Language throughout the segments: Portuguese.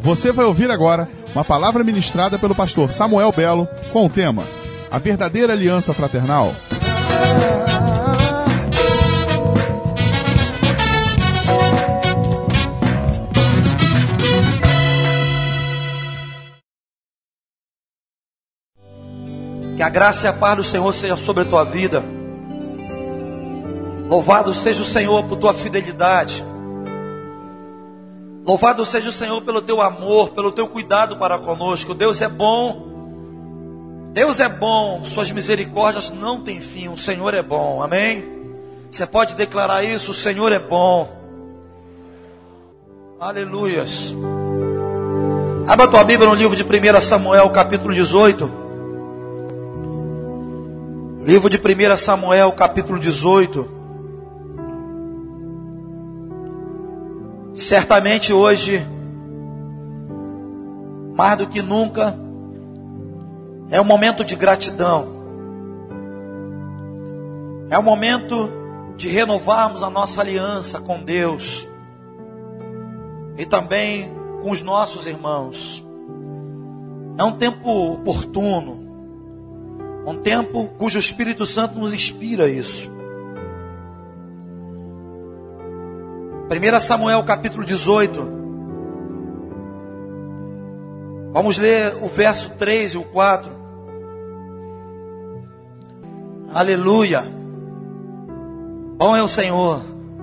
Você vai ouvir agora uma palavra ministrada pelo pastor Samuel Belo com o tema A Verdadeira Aliança Fraternal. Que a graça e a paz do Senhor seja sobre a tua vida. Louvado seja o Senhor por tua fidelidade. Louvado seja o Senhor pelo teu amor, pelo teu cuidado para conosco. Deus é bom. Deus é bom. Suas misericórdias não têm fim. O Senhor é bom. Amém? Você pode declarar isso. O Senhor é bom. Aleluias. Abra a tua Bíblia no livro de 1 Samuel, capítulo 18. Livro de 1 Samuel, capítulo 18. Certamente hoje, mais do que nunca, é um momento de gratidão. É um momento de renovarmos a nossa aliança com Deus e também com os nossos irmãos. É um tempo oportuno. Um tempo cujo Espírito Santo nos inspira isso. 1 Samuel capítulo 18. Vamos ler o verso 3 e o 4. Aleluia. Bom é o Senhor.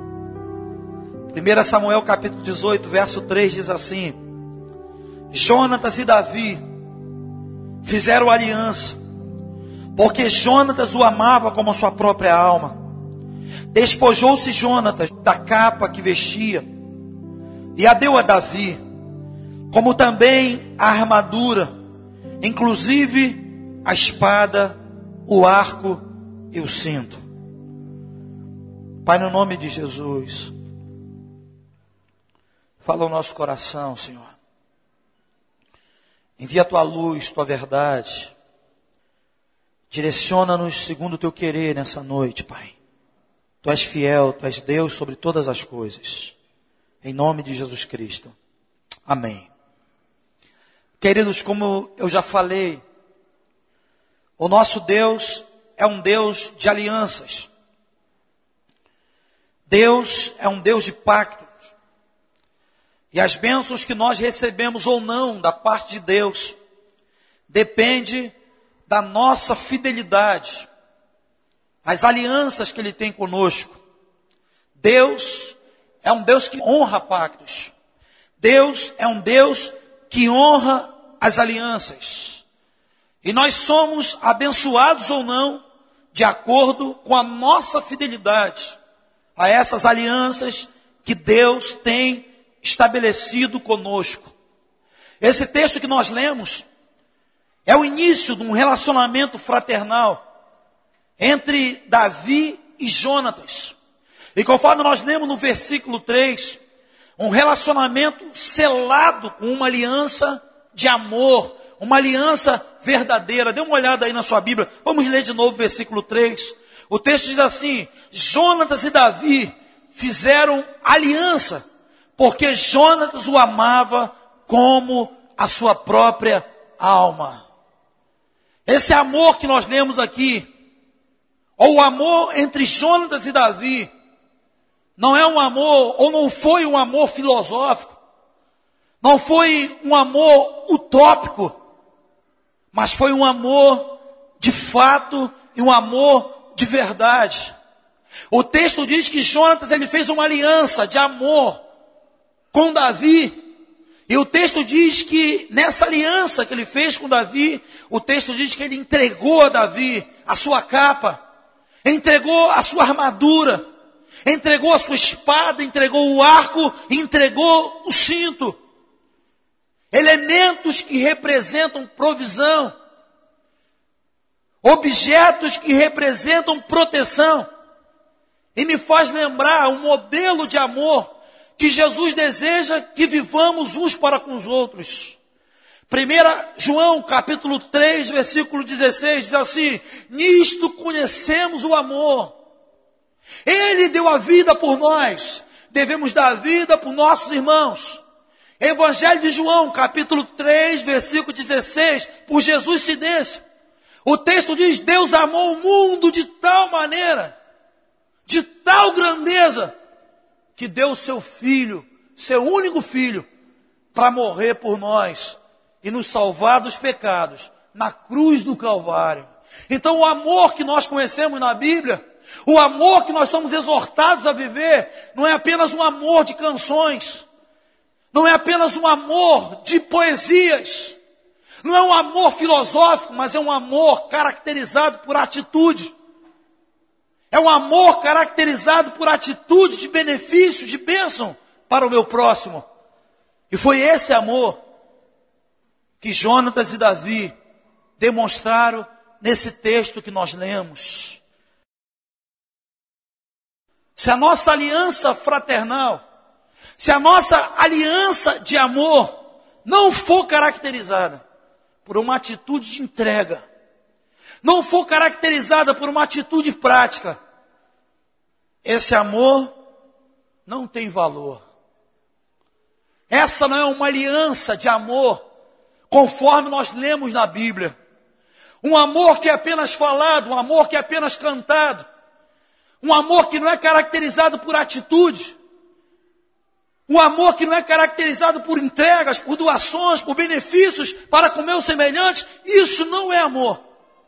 1 Samuel capítulo 18, verso 3 diz assim: Jonatas e Davi fizeram aliança, porque Jonatas o amava como a sua própria alma. Despojou-se Jonatas da capa que vestia e a deu a Davi, como também a armadura, inclusive a espada, o arco e o cinto. Pai, no nome de Jesus, fala o nosso coração, Senhor. Envia a tua luz, tua verdade. Direciona-nos segundo o teu querer nessa noite, Pai. Tu és fiel, Tu és Deus sobre todas as coisas. Em nome de Jesus Cristo. Amém. Queridos, como eu já falei, o nosso Deus é um Deus de alianças. Deus é um Deus de pactos. E as bênçãos que nós recebemos ou não da parte de Deus depende da nossa fidelidade, as alianças que Ele tem conosco. Deus é um Deus que honra pactos. Deus é um Deus que honra as alianças. E nós somos abençoados ou não, de acordo com a nossa fidelidade a essas alianças que Deus tem estabelecido conosco. Esse texto que nós lemos é o início de um relacionamento fraternal entre Davi e Jonatas. E conforme nós lemos no versículo 3, um relacionamento selado com uma aliança de amor, uma aliança verdadeira. Dê uma olhada aí na sua Bíblia. Vamos ler de novo o versículo 3. O texto diz assim: Jonatas e Davi fizeram aliança, porque Jonatas o amava como a sua própria alma. Esse amor que nós lemos aqui, ou o amor entre Jonatas e Davi, não é um amor, ou não foi um amor filosófico, não foi um amor utópico, mas foi um amor de fato e um amor de verdade. O texto diz que Jonatas ele fez uma aliança de amor com Davi. E o texto diz que nessa aliança que ele fez com Davi, o texto diz que ele entregou a Davi a sua capa, entregou a sua armadura, entregou a sua espada, entregou o arco, entregou o cinto. Elementos que representam provisão, objetos que representam proteção. E me faz lembrar um modelo de amor que Jesus deseja que vivamos uns para com os outros. 1 João capítulo 3, versículo 16, diz assim: nisto conhecemos o amor. Ele deu a vida por nós, devemos dar a vida por nossos irmãos. Evangelho de João, capítulo 3, versículo 16, por Jesus Cidêncio. O texto diz: Deus amou o mundo de tal maneira, de tal grandeza, que deu o seu filho, seu único filho, para morrer por nós e nos salvar dos pecados, na cruz do Calvário. Então o amor que nós conhecemos na Bíblia, o amor que nós somos exortados a viver, não é apenas um amor de canções, não é apenas um amor de poesias, não é um amor filosófico, mas é um amor caracterizado por atitude. É um amor caracterizado por atitude de benefício, de bênção para o meu próximo. E foi esse amor que Jonatas e Davi demonstraram nesse texto que nós lemos. Se a nossa aliança fraternal, se a nossa aliança de amor não for caracterizada por uma atitude de entrega, não for caracterizada por uma atitude prática, esse amor não tem valor. Essa não é uma aliança de amor, conforme nós lemos na Bíblia. Um amor que é apenas falado, um amor que é apenas cantado, um amor que não é caracterizado por atitude, um amor que não é caracterizado por entregas, por doações, por benefícios para com meus semelhantes. Isso não é amor.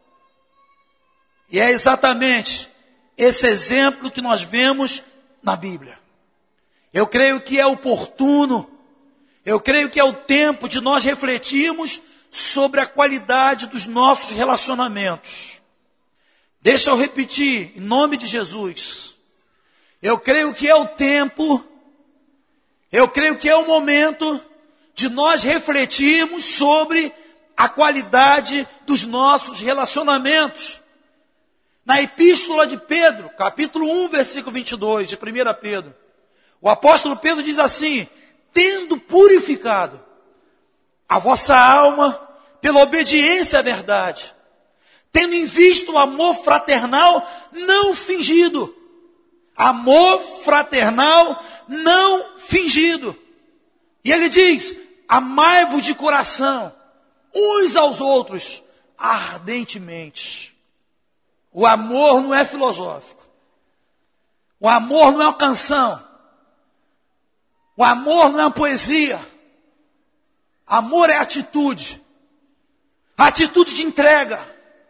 E é exatamente esse exemplo que nós vemos na Bíblia. Eu creio que é oportuno, eu creio que é o tempo de nós refletirmos sobre a qualidade dos nossos relacionamentos. Deixa eu repetir, em nome de Jesus. Eu creio que é o tempo, eu creio que é o momento de nós refletirmos sobre a qualidade dos nossos relacionamentos. Na epístola de Pedro, capítulo 1, versículo 22, de 1 Pedro, o apóstolo Pedro diz assim: tendo purificado a vossa alma pela obediência à verdade, tendo em vista o amor fraternal não fingido. Amor fraternal não fingido. E ele diz: amai-vos de coração, uns aos outros, ardentemente. O amor não é filosófico. O amor não é uma canção. O amor não é uma poesia. Amor é atitude. Atitude de entrega.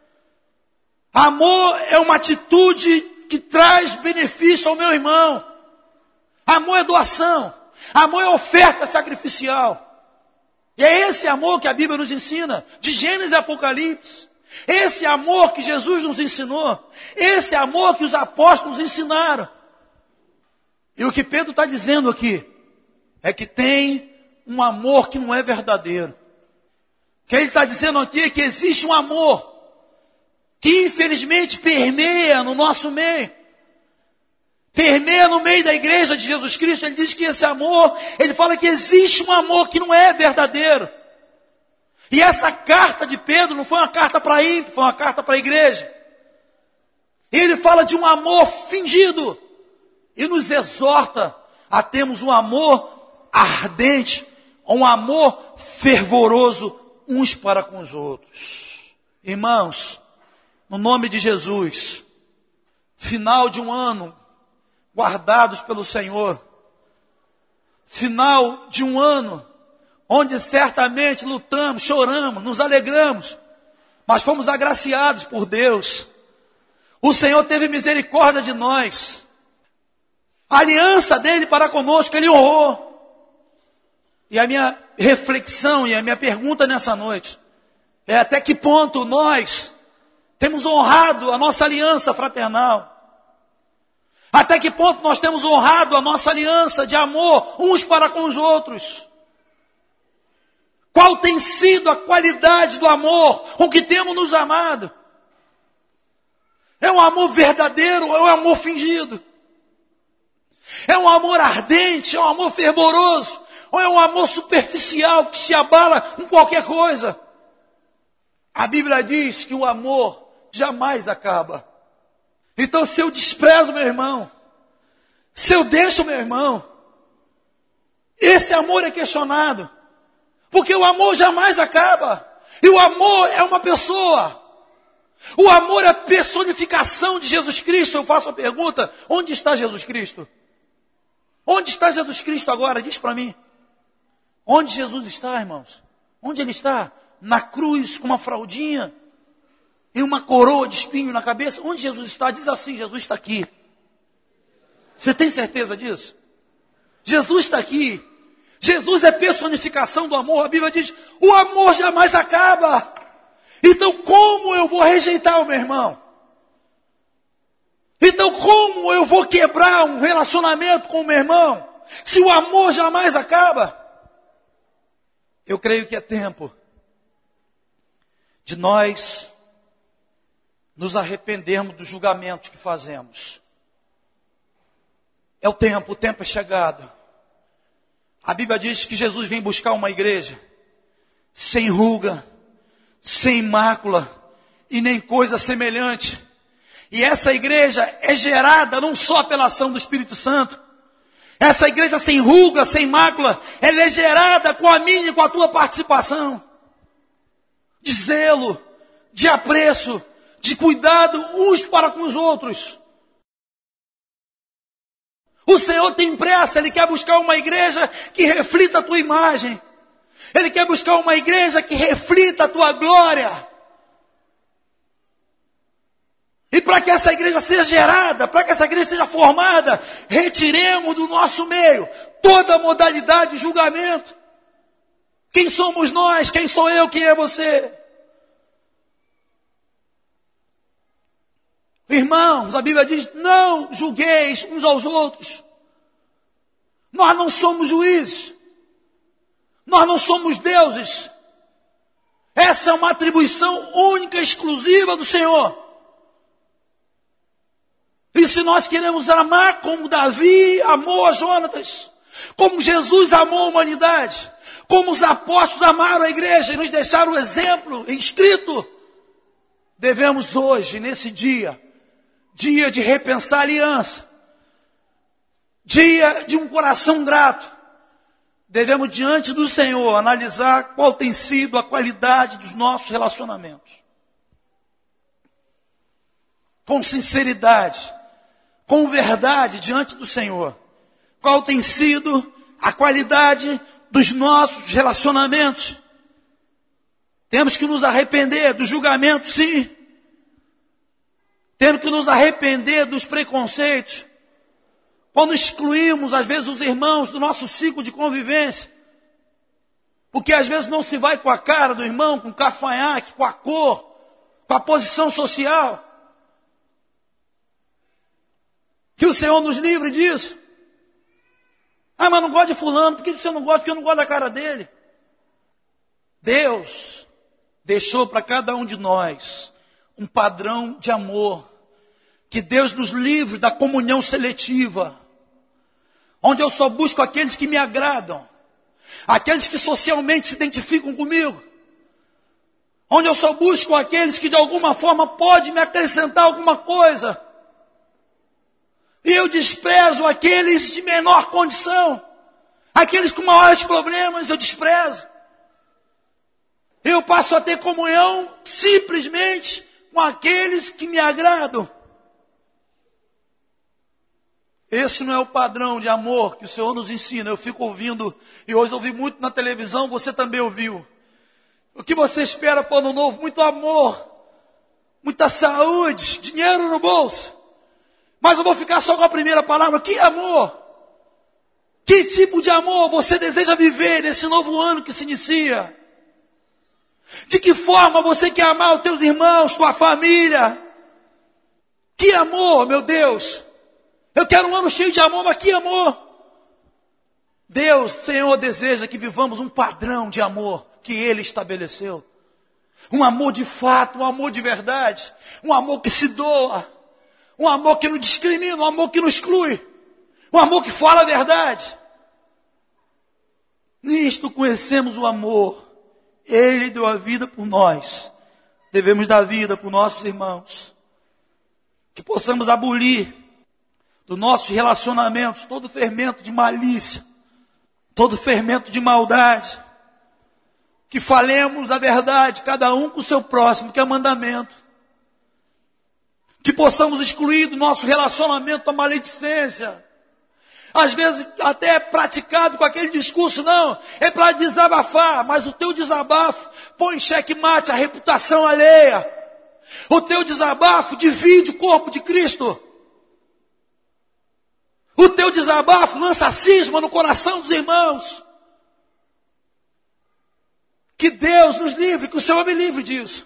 Amor é uma atitude que traz benefício ao meu irmão. Amor é doação. Amor é oferta sacrificial. E é esse amor que a Bíblia nos ensina, de Gênesis e Apocalipse. Esse amor que Jesus nos ensinou. Esse amor que os apóstolos ensinaram. E o que Pedro está dizendo aqui é que tem um amor que não é verdadeiro. O que ele está dizendo aqui é que existe um amor que infelizmente permeia no nosso meio. Permeia no meio da igreja de Jesus Cristo. Ele diz que esse amor, ele fala que existe um amor que não é verdadeiro. E essa carta de Pedro não foi uma carta para ímpio, foi uma carta para a igreja. Ele fala de um amor fingido e nos exorta a termos um amor ardente, um amor fervoroso uns para com os outros. Irmãos, no nome de Jesus, final de um ano guardados pelo Senhor, final de um ano onde certamente lutamos, choramos, nos alegramos, mas fomos agraciados por Deus. O Senhor teve misericórdia de nós. A aliança dele para conosco, ele honrou. E a minha reflexão e a minha pergunta nessa noite é: até que ponto nós temos honrado a nossa aliança fraternal? Até que ponto nós temos honrado a nossa aliança de amor uns para com os outros? Qual tem sido a qualidade do amor com que temos nos amado? É um amor verdadeiro ou é um amor fingido? É um amor ardente, é um amor fervoroso, ou é um amor superficial que se abala com qualquer coisa? A Bíblia diz que o amor jamais acaba. Então, se eu desprezo meu irmão, se eu deixo meu irmão, Esse amor é questionado. Porque o amor jamais acaba. E o amor é uma pessoa. O amor é a personificação de Jesus Cristo. Eu faço a pergunta, onde está Jesus Cristo? Onde está Jesus Cristo agora? Diz para mim. Onde Jesus está, irmãos? Onde Ele está? Na cruz, com uma fraldinha e uma coroa de espinho na cabeça. Onde Jesus está? Diz assim, Jesus está aqui. Você tem certeza disso? Jesus está aqui. Jesus é personificação do amor. A Bíblia diz, o amor jamais acaba. Então como eu vou rejeitar o meu irmão? Então como eu vou quebrar um relacionamento com o meu irmão? Se o amor jamais acaba? Eu creio que é tempo de nós nos arrependermos dos julgamentos que fazemos. É o tempo é chegado. A Bíblia diz que Jesus vem buscar uma igreja sem ruga, sem mácula e nem coisa semelhante. E essa igreja é gerada não só pela ação do Espírito Santo. Essa igreja sem ruga, sem mácula, ela é gerada com a minha e com a tua participação. De zelo, de apreço, de cuidado uns para com os outros. O Senhor tem pressa, Ele quer buscar uma igreja que reflita a tua imagem. Ele quer buscar uma igreja que reflita a tua glória. E para que essa igreja seja gerada, para que essa igreja seja formada, retiremos do nosso meio toda modalidade de julgamento. Quem somos nós? Quem sou eu? Quem é você? Irmãos, a Bíblia diz, não julgueis uns aos outros. Nós não somos juízes. Nós não somos deuses. Essa é uma atribuição única e exclusiva do Senhor. E se nós queremos amar como Davi amou a Jonatas, como Jesus amou a humanidade, como os apóstolos amaram a igreja e nos deixaram o exemplo escrito, devemos hoje, nesse dia de repensar a aliança, dia de um coração grato, devemos diante do Senhor analisar qual tem sido a qualidade dos nossos relacionamentos. Com sinceridade, com verdade diante do Senhor. Qual tem sido a qualidade dos nossos relacionamentos? Temos que nos arrepender do julgamento, sim. Temos que nos arrepender dos preconceitos. Quando excluímos, às vezes, os irmãos do nosso ciclo de convivência. Porque, às vezes, não se vai com a cara do irmão, com o cafanhaque, com a cor, com a posição social. Que o Senhor nos livre disso. Ah, mas não gosto de fulano. Por que você não gosta? Porque eu não gosto da cara dele. Deus deixou para cada um de nós um padrão de amor. Que Deus nos livre da comunhão seletiva. Onde eu só busco aqueles que me agradam. Aqueles que socialmente se identificam comigo. Onde eu só busco aqueles que de alguma forma podem me acrescentar alguma coisa. E eu desprezo aqueles de menor condição. Aqueles com maiores problemas eu desprezo. Eu passo a ter comunhão simplesmente com aqueles que me agradam. Esse não é o padrão de amor que o Senhor nos ensina. Eu fico ouvindo, e hoje ouvi muito na televisão, você também ouviu. O que você espera para o ano novo? Muito amor, muita saúde, dinheiro no bolso. Mas eu vou ficar só com a primeira palavra. Que amor? Que tipo de amor você deseja viver nesse novo ano que se inicia? De que forma você quer amar os teus irmãos, tua família? Que amor, meu Deus! Eu quero um ano cheio de amor, mas que amor! Deus, Senhor, deseja que vivamos um padrão de amor que Ele estabeleceu. Um amor de fato, um amor de verdade. Um amor que se doa. Um amor que não discrimina, um amor que não exclui. Um amor que fala a verdade. Nisto conhecemos o amor. Ele deu a vida por nós. Devemos dar vida por nossos irmãos. Que possamos abolir dos nossos relacionamentos todo fermento de malícia, todo fermento de maldade, que falemos a verdade, cada um com o seu próximo, que é mandamento. Que possamos excluir do nosso relacionamento a maledicência. Às vezes até é praticado com aquele discurso, não, é para desabafar, mas o teu desabafo põe em xeque-mate a reputação alheia. O teu desabafo divide o corpo de Cristo. O teu desabafo lança cisma no coração dos irmãos. Que Deus nos livre, que o Senhor me livre disso.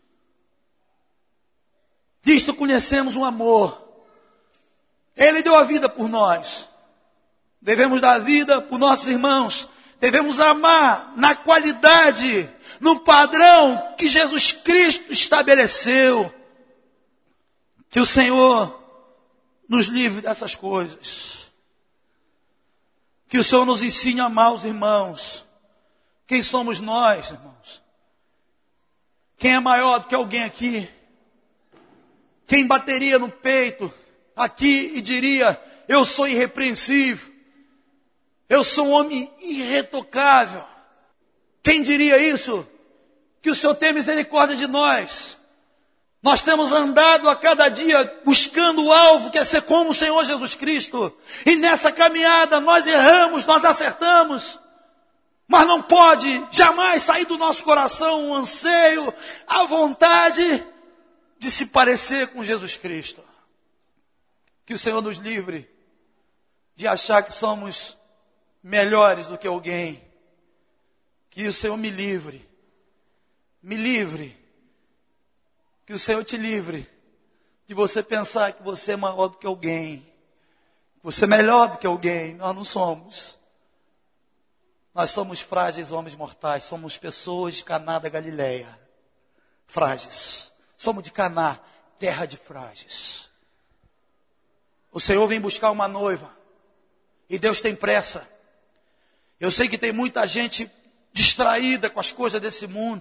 Disto conhecemos um amor. Ele deu a vida por nós. Devemos dar vida por nossos irmãos. Devemos amar na qualidade, no padrão que Jesus Cristo estabeleceu. Que o Senhor nos livre dessas coisas. Que o Senhor nos ensine a amar os irmãos. Quem somos nós, irmãos? Quem é maior do que alguém aqui? Quem bateria no peito aqui e diria, eu sou irrepreensível. Eu sou um homem irretocável. Quem diria isso? Que o Senhor tenha misericórdia de nós. Nós temos andado a cada dia buscando o alvo, que é ser como o Senhor Jesus Cristo. E nessa caminhada nós erramos, nós acertamos. Mas não pode jamais sair do nosso coração um anseio, a vontade de se parecer com Jesus Cristo. Que o Senhor nos livre de achar que somos melhores do que alguém. Que o Senhor me livre. Me livre. Que o Senhor te livre de você pensar que você é maior do que alguém. Que você é melhor do que alguém. Nós não somos. Nós somos frágeis homens mortais. Somos pessoas de Caná da Galileia. Frágeis. Somos de Caná, terra de frágeis. O Senhor vem buscar uma noiva. E Deus tem pressa. Eu sei que tem muita gente distraída com as coisas desse mundo.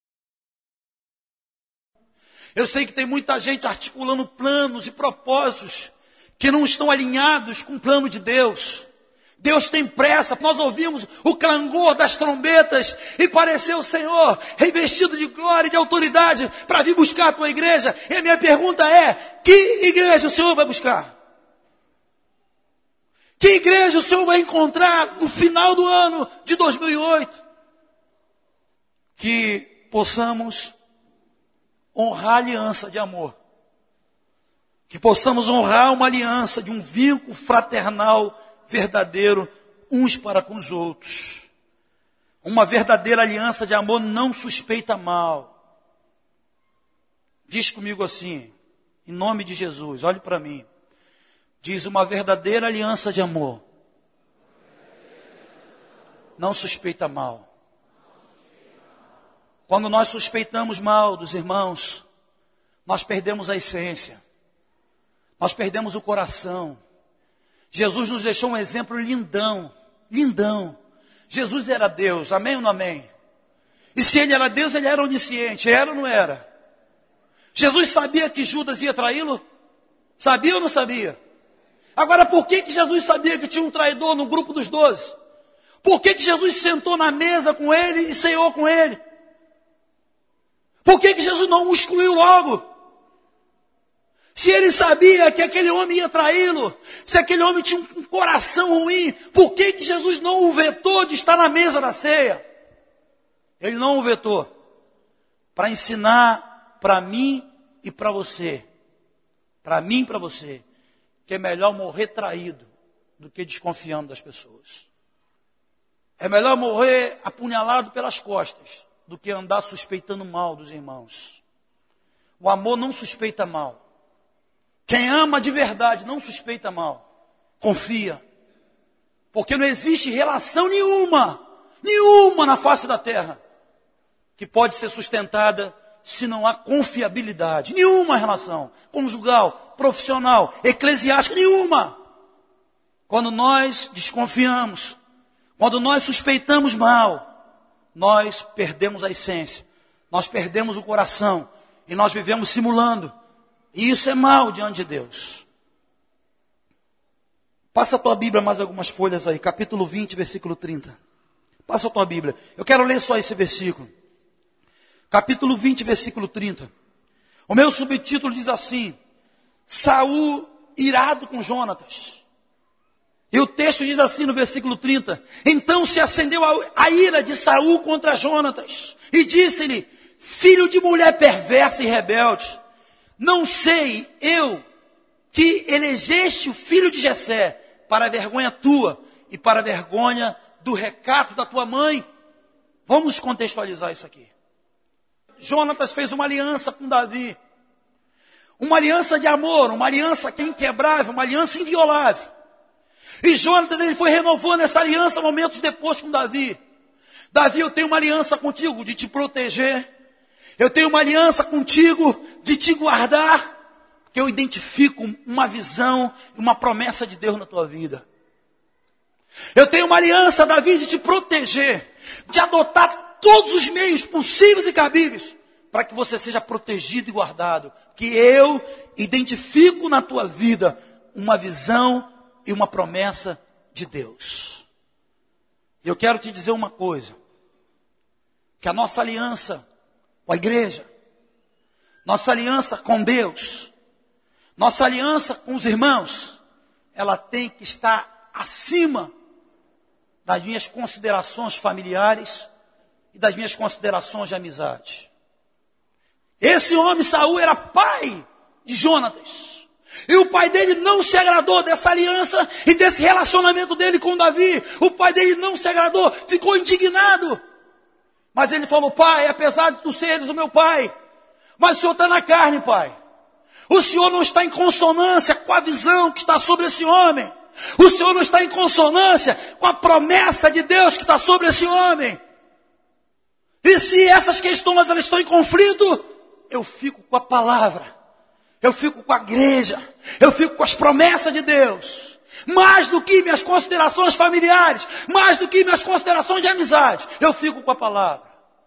Eu sei que tem muita gente articulando planos e propósitos que não estão alinhados com o plano de Deus. Deus tem pressa. Nós ouvimos o clangor das trombetas e pareceu o Senhor revestido de glória e de autoridade para vir buscar a tua igreja. E a minha pergunta é, que igreja o Senhor vai buscar? Que igreja o Senhor vai encontrar no final do ano de 2008? Que possamos honrar a aliança de amor. Que possamos honrar uma aliança de um vínculo fraternal verdadeiro uns para com os outros. Uma verdadeira aliança de amor não suspeita mal. Diz comigo assim, em nome de Jesus, olhe para mim. Diz, uma verdadeira aliança de amor não suspeita mal. Quando nós suspeitamos mal dos irmãos, nós perdemos a essência. Nós perdemos o coração. Jesus nos deixou um exemplo lindão, lindão. Jesus era Deus, amém ou não amém? E se ele era Deus, ele era onisciente, era ou não era? Jesus sabia que Judas ia traí-lo? Sabia ou não sabia? Agora, por que Jesus sabia que tinha um traidor no grupo dos 12? Por que Jesus sentou na mesa com ele e ceou com ele? Por que Jesus não o excluiu logo? Se ele sabia que aquele homem ia traí-lo, se aquele homem tinha um coração ruim, por que Jesus não o vetou de estar na mesa da ceia? Ele não o vetou para ensinar para mim e para você, que é melhor morrer traído do que desconfiando das pessoas. É melhor morrer apunhalado pelas costas do que andar suspeitando mal dos irmãos. O amor não suspeita mal. Quem ama de verdade não suspeita mal. Confia. Porque não existe relação nenhuma na face da terra que pode ser sustentada se não há confiabilidade. Nenhuma relação. Conjugal, profissional, eclesiástica, nenhuma. Quando nós desconfiamos, quando nós suspeitamos mal, nós perdemos a essência. Nós perdemos o coração. E nós vivemos simulando. E isso é mal diante de Deus. Passa a tua Bíblia mais algumas folhas aí, capítulo 20, versículo 30. Passa a tua Bíblia. Eu quero ler só esse versículo. Capítulo 20, versículo 30. O meu subtítulo diz assim: Saul irado com Jonatas. E o texto diz assim no versículo 30. Então se acendeu a ira de Saul contra Jonatas. E disse-lhe: filho de mulher perversa e rebelde, não sei eu que elegeste o filho de Jessé para a vergonha tua e para a vergonha do recato da tua mãe. Vamos contextualizar isso aqui. Jonatas fez uma aliança com Davi. Uma aliança de amor, uma aliança inquebrável, uma aliança inviolável. E Jonatas, ele foi renovando essa aliança momentos depois com Davi. Davi, eu tenho uma aliança contigo de te proteger. Eu tenho uma aliança contigo de te guardar. Porque eu identifico uma visão e uma promessa de Deus na tua vida. Eu tenho uma aliança, Davi, de te proteger. De adotar todos os meios possíveis e cabíveis para que você seja protegido e guardado. Que eu identifico na tua vida uma visão e uma promessa de Deus. E eu quero te dizer uma coisa. Que a nossa aliança com a igreja, nossa aliança com Deus, nossa aliança com os irmãos, ela tem que estar acima das minhas considerações familiares e das minhas considerações de amizade. Esse homem, Saul, era pai de Jonatas. E o pai dele não se agradou dessa aliança e desse relacionamento dele com Davi. O pai dele não se agradou, ficou indignado. Mas ele falou: pai, apesar de tu seres o meu pai, mas o senhor está na carne, pai. O senhor não está em consonância com a visão que está sobre esse homem. O senhor não está em consonância com a promessa de Deus que está sobre esse homem. E se essas questões elas estão em conflito, eu fico com a palavra, eu fico com a igreja, eu fico com as promessas de Deus. Mais do que minhas considerações familiares, mais do que minhas considerações de amizade, eu fico com a palavra.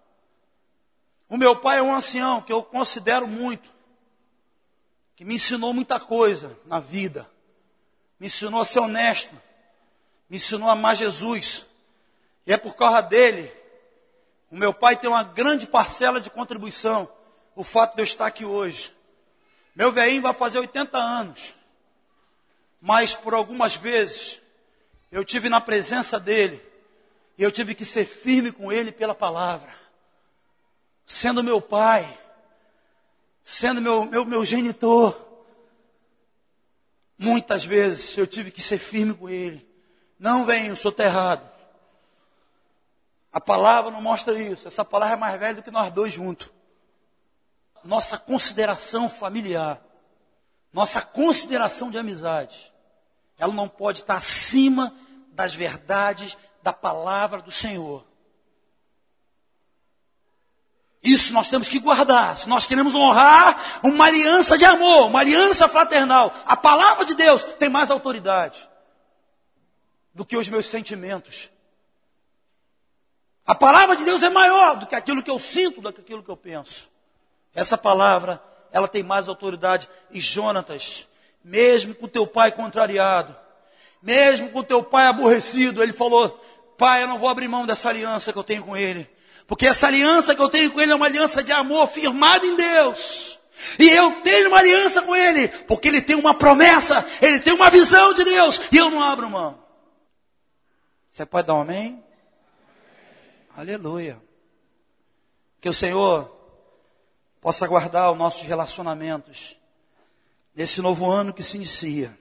O meu pai é um ancião que eu considero muito, que me ensinou muita coisa na vida. Me ensinou a ser honesto, me ensinou a amar Jesus. E é por causa dele, o meu pai tem uma grande parcela de contribuição, o fato de eu estar aqui hoje. Meu velhinho vai fazer 80 anos. Mas por algumas vezes, eu tive na presença dele, e eu tive que ser firme com ele pela palavra. Sendo meu pai, sendo meu genitor, muitas vezes eu tive que ser firme com ele. Não venho, eu sou errado. A palavra não mostra isso. Essa palavra é mais velha do que nós dois juntos. Nossa consideração familiar, nossa consideração de amizade, ela não pode estar acima das verdades da palavra do Senhor. Isso nós temos que guardar. Se nós queremos honrar uma aliança de amor, uma aliança fraternal, a palavra de Deus tem mais autoridade do que os meus sentimentos. A palavra de Deus é maior do que aquilo que eu sinto, do que aquilo que eu penso. Essa palavra, ela tem mais autoridade. E Jonatas, mesmo com teu pai contrariado, mesmo com teu pai aborrecido, ele falou: pai, eu não vou abrir mão dessa aliança que eu tenho com ele. Porque essa aliança que eu tenho com ele é uma aliança de amor firmada em Deus. E eu tenho uma aliança com ele, porque ele tem uma promessa, ele tem uma visão de Deus, e eu não abro mão. Você pode dar um amém? Aleluia. Que o Senhor possa guardar os nossos relacionamentos nesse novo ano que se inicia.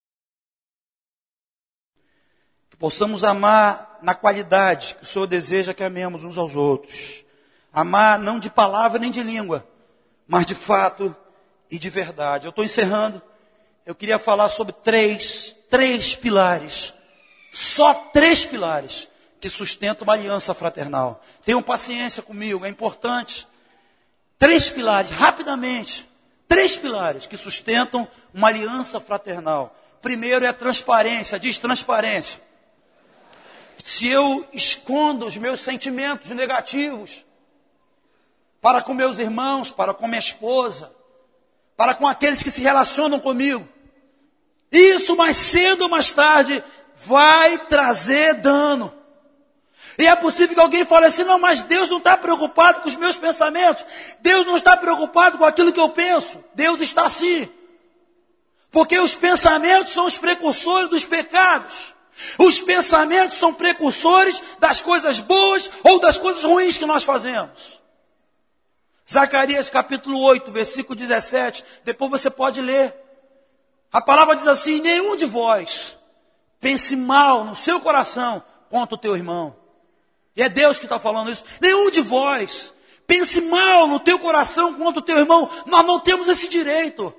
Que possamos amar na qualidade que o Senhor deseja que amemos uns aos outros. Amar não de palavra nem de língua, mas de fato e de verdade. Eu estou encerrando. Eu queria falar sobre três pilares. Só 3 pilares que sustentam uma aliança fraternal. Tenham paciência comigo, é importante. 3 pilares, rapidamente. 3 pilares que sustentam uma aliança fraternal. Primeiro é a transparência, diz transparência. Se eu escondo os meus sentimentos negativos para com meus irmãos, para com minha esposa, para com aqueles que se relacionam comigo, Isso mais cedo ou mais tarde vai trazer dano. E é possível que alguém fale assim, não, mas Deus não está preocupado com os meus pensamentos. Deus não está preocupado com aquilo que eu penso. Deus está sim. Porque os pensamentos são os precursores dos pecados. Os pensamentos são precursores das coisas boas ou das coisas ruins que nós fazemos. Zacarias capítulo 8, versículo 17. Depois você pode ler. A palavra diz assim, nenhum de vós pense mal no seu coração contra o teu irmão. E é Deus que está falando isso. Nenhum de vós pense mal no teu coração contra o teu irmão. Nós não temos esse direito.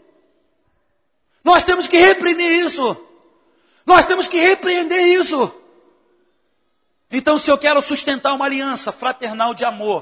Nós temos que reprimir isso. Nós temos que repreender isso. Então, se eu quero sustentar uma aliança fraternal de amor,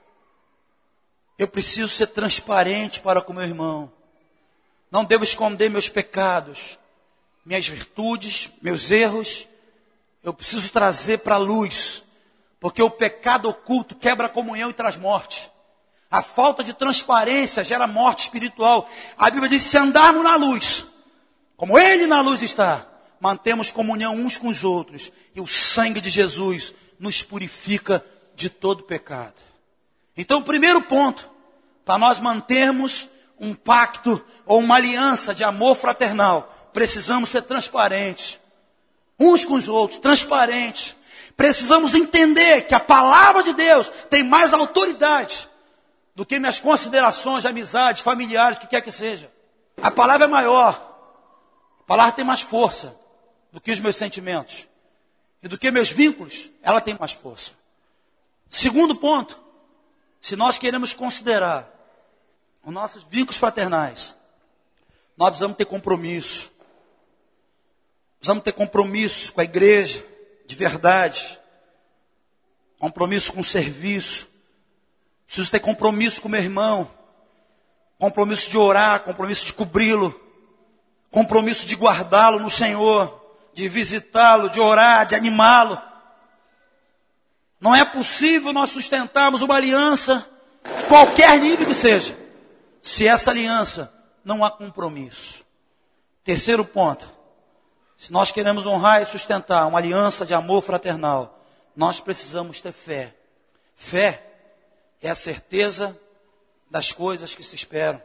eu preciso ser transparente para com meu irmão. Não devo esconder meus pecados, minhas virtudes, meus erros. Eu preciso trazer para a luz. Porque o pecado oculto quebra a comunhão e traz morte. A falta de transparência gera morte espiritual. A Bíblia diz, se andarmos na luz, como Ele na luz está, mantemos comunhão uns com os outros. E o sangue de Jesus nos purifica de todo pecado. Então, o primeiro ponto, para nós mantermos um pacto ou uma aliança de amor fraternal, precisamos ser transparentes. Uns com os outros, transparentes. Precisamos entender que a palavra de Deus tem mais autoridade do que minhas considerações de amizade, familiares, o que quer que seja. A palavra é maior. A palavra tem mais força do que os meus sentimentos. E do que meus vínculos, ela tem mais força. Segundo ponto, se nós queremos considerar os nossos vínculos fraternais, nós precisamos ter compromisso. Precisamos ter compromisso com a igreja, de verdade, compromisso com o serviço, preciso ter compromisso com meu irmão, compromisso de orar, compromisso de cobri-lo, compromisso de guardá-lo no Senhor, de visitá-lo, de orar, de animá-lo. Não é possível nós sustentarmos uma aliança, qualquer nível que seja, se essa aliança não há compromisso. Terceiro ponto. Se nós queremos honrar e sustentar uma aliança de amor fraternal, nós precisamos ter fé. Fé é a certeza das coisas que se esperam.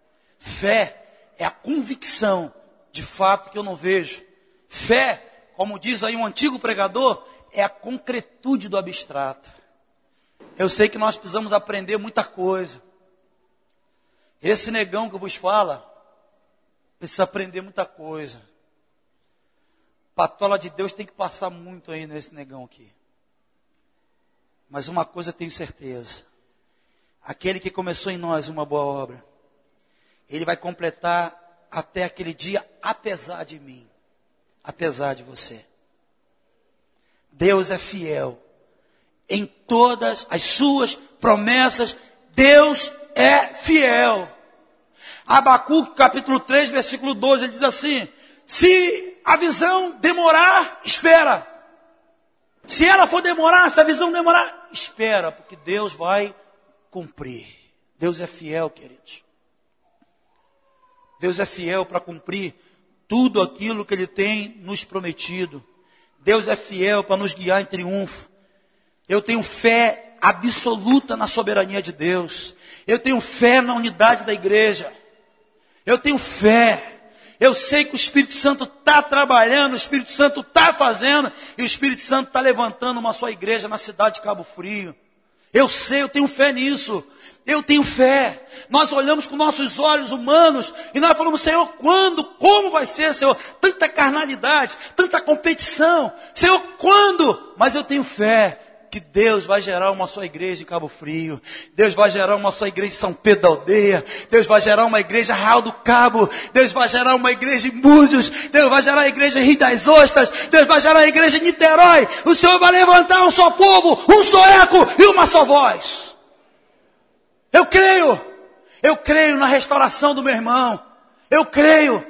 Fé é a convicção de fato que eu não vejo. Fé, como diz aí um antigo pregador, é a concretude do abstrato. Eu sei que nós precisamos aprender muita coisa. Esse negão que eu vos falo, precisa aprender muita coisa. Patola de Deus tem que passar muito aí nesse negão aqui. Mas uma coisa eu tenho certeza. Aquele que começou em nós uma boa obra, ele vai completar até aquele dia, apesar de mim, apesar de você. Deus é fiel em todas as suas promessas. Deus é fiel. Abacuque capítulo 3, versículo 12, ele diz assim, se a visão demorar, espera. Se ela for demorar, se a visão demorar, espera, porque Deus vai cumprir. Deus é fiel, queridos. Deus é fiel para cumprir tudo aquilo que Ele tem nos prometido. Deus é fiel para nos guiar em triunfo. Eu tenho fé absoluta na soberania de Deus. Eu tenho fé na unidade da igreja. Eu tenho fé. Eu sei que o Espírito Santo está trabalhando, o Espírito Santo está fazendo, e o Espírito Santo está levantando uma só igreja na cidade de Cabo Frio. Eu sei, eu tenho fé nisso. Eu tenho fé. Nós olhamos com nossos olhos humanos e nós falamos, Senhor, quando? Como vai ser, Senhor? Tanta carnalidade, tanta competição. Senhor, quando? Mas eu tenho fé que Deus vai gerar uma só igreja em Cabo Frio. Deus vai gerar uma só igreja em São Pedro da Aldeia. Deus vai gerar uma igreja em Arraial do Cabo. Deus vai gerar uma igreja em Búzios. Deus vai gerar a igreja em Rio das Ostras. Deus vai gerar a igreja em Niterói. O Senhor vai levantar um só povo, um só eco e uma só voz. Eu creio. Eu creio na restauração do meu irmão. Eu creio.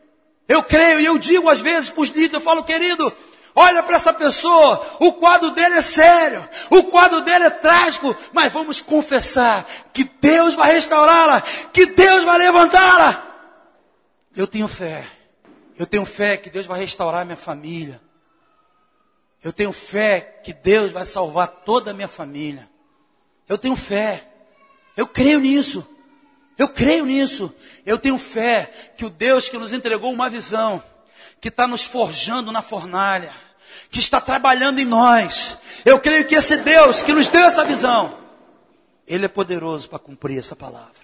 E eu digo às vezes para os líderes, eu falo, querido, olha para essa pessoa, o quadro dele é sério, o quadro dele é trágico, mas vamos confessar que Deus vai restaurá-la, que Deus vai levantá-la. Eu tenho fé Eu tenho fé que Deus vai restaurar minha família. Eu tenho fé que Deus vai salvar toda a minha família. Eu tenho fé. Eu creio nisso. Eu creio nisso. Eu tenho fé que o Deus que nos entregou uma visão, que está nos forjando na fornalha, que está trabalhando em nós. Eu creio que esse Deus que nos deu essa visão, Ele é poderoso para cumprir essa palavra.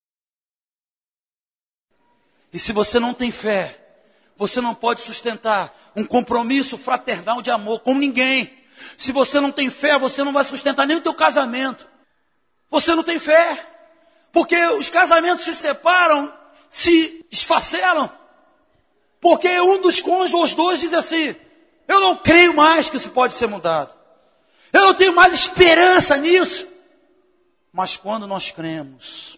E se você não tem fé, você não pode sustentar um compromisso fraternal de amor com ninguém. Se você não tem fé, você não vai sustentar nem o teu casamento. Você não tem fé. Porque os casamentos se separam, se esfacelam. Porque um dos cônjuges, os dois, diz assim: eu não creio mais que isso pode ser mudado. Eu não tenho mais esperança nisso. Mas quando nós cremos,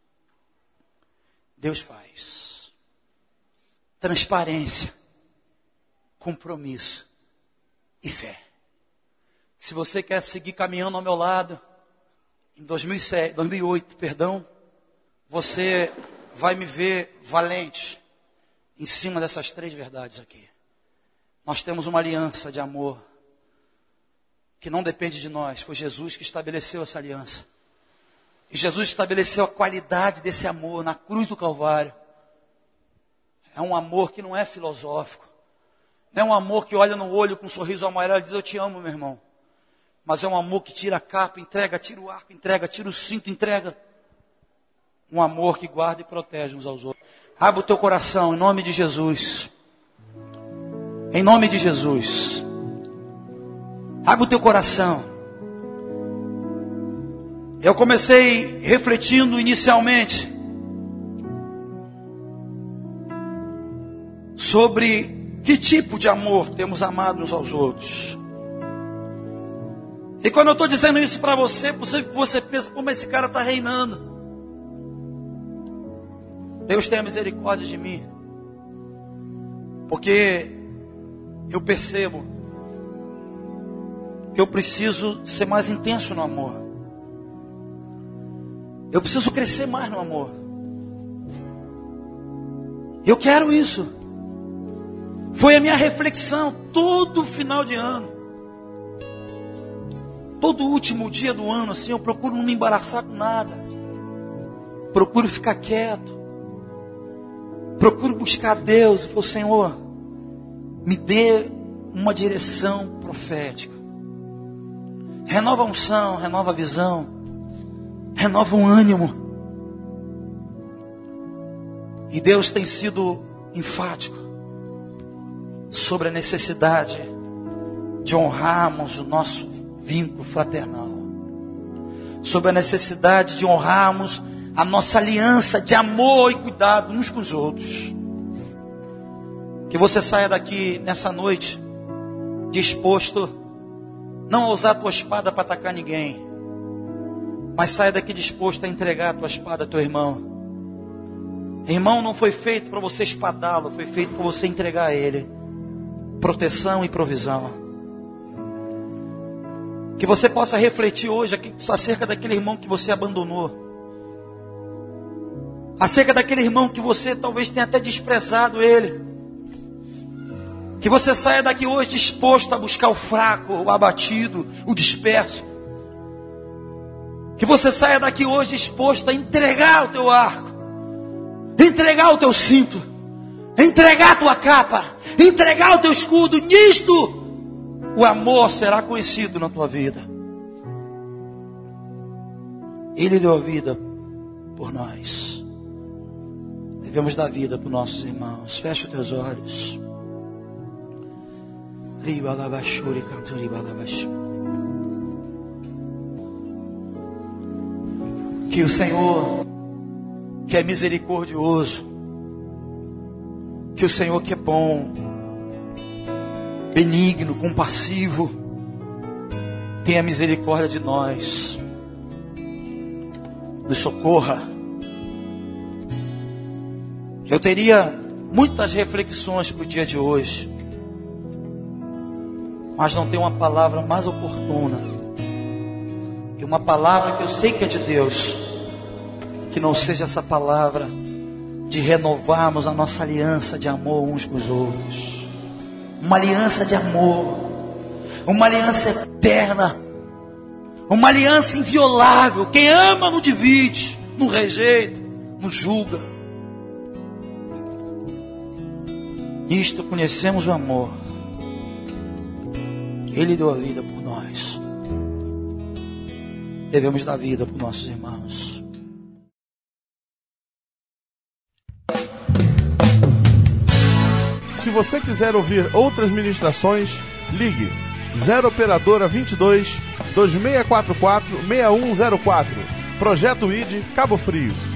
Deus faz. Transparência, compromisso e fé. Se você quer seguir caminhando ao meu lado, em 2008, você vai me ver valente em cima dessas 3 verdades aqui. Nós temos uma aliança de amor que não depende de nós. Foi Jesus que estabeleceu essa aliança. E Jesus estabeleceu a qualidade desse amor na cruz do Calvário. É um amor que não é filosófico. Não é um amor que olha no olho com um sorriso amarelo e diz: eu te amo, meu irmão. Mas é um amor que tira a capa, entrega, tira o arco, entrega, tira o cinto, entrega. Um amor que guarda e protege uns aos outros. Abra o teu coração em nome de Jesus. Em nome de Jesus. Abra o teu coração. Eu comecei refletindo inicialmente sobre que tipo de amor temos amado uns aos outros. E quando eu estou dizendo isso para você, você pensa: como esse cara está reinando. Deus tenha misericórdia de mim. Porque eu percebo que eu preciso ser mais intenso no amor. Eu preciso crescer mais no amor. Eu quero isso. Foi a minha reflexão todo final de ano. Todo último dia do ano, assim, eu procuro não me embaraçar com nada. Procuro ficar quieto. Procuro buscar a Deus. E falo: Senhor, me dê uma direção profética. Renova a unção, renova a visão. Renova o ânimo. E Deus tem sido enfático sobre a necessidade de honrarmos o nosso vínculo fraternal, sobre a necessidade de honrarmos a nossa aliança de amor e cuidado uns com os outros. Que você saia daqui nessa noite disposto não a usar a tua espada para atacar ninguém, mas saia daqui disposto a entregar a tua espada a teu irmão. Irmão não foi feito para você espadá-lo, foi feito para você entregar a ele proteção e provisão. Que você possa refletir hoje acerca daquele irmão que você abandonou. Acerca daquele irmão que você talvez tenha até desprezado ele. Que você saia daqui hoje disposto a buscar o fraco, o abatido, o disperso. Que você saia daqui hoje disposto a entregar o teu arco, entregar o teu cinto, entregar a tua capa, entregar o teu escudo. Nisto o amor será conhecido na tua vida. Ele deu a vida por nós. Devemos dar vida para os nossos irmãos. Fecha os teus olhos. Que o Senhor, que é misericordioso, que o Senhor que é bom, benigno, compassivo, tenha misericórdia de nós, nos socorra. Eu teria muitas reflexões para o dia de hoje, mas não tem uma palavra mais oportuna, e uma palavra que eu sei que é de Deus, que não seja essa palavra de renovarmos a nossa aliança de amor uns com os outros. Uma aliança de amor, uma aliança eterna, uma aliança inviolável. Quem ama não divide, não rejeita, não julga. Nisto conhecemos o amor. Ele deu a vida por nós. Devemos dar vida por nossos irmãos. Se você quiser ouvir outras ministrações, ligue 0 Operadora 22 2644 6104. Projeto ID Cabo Frio.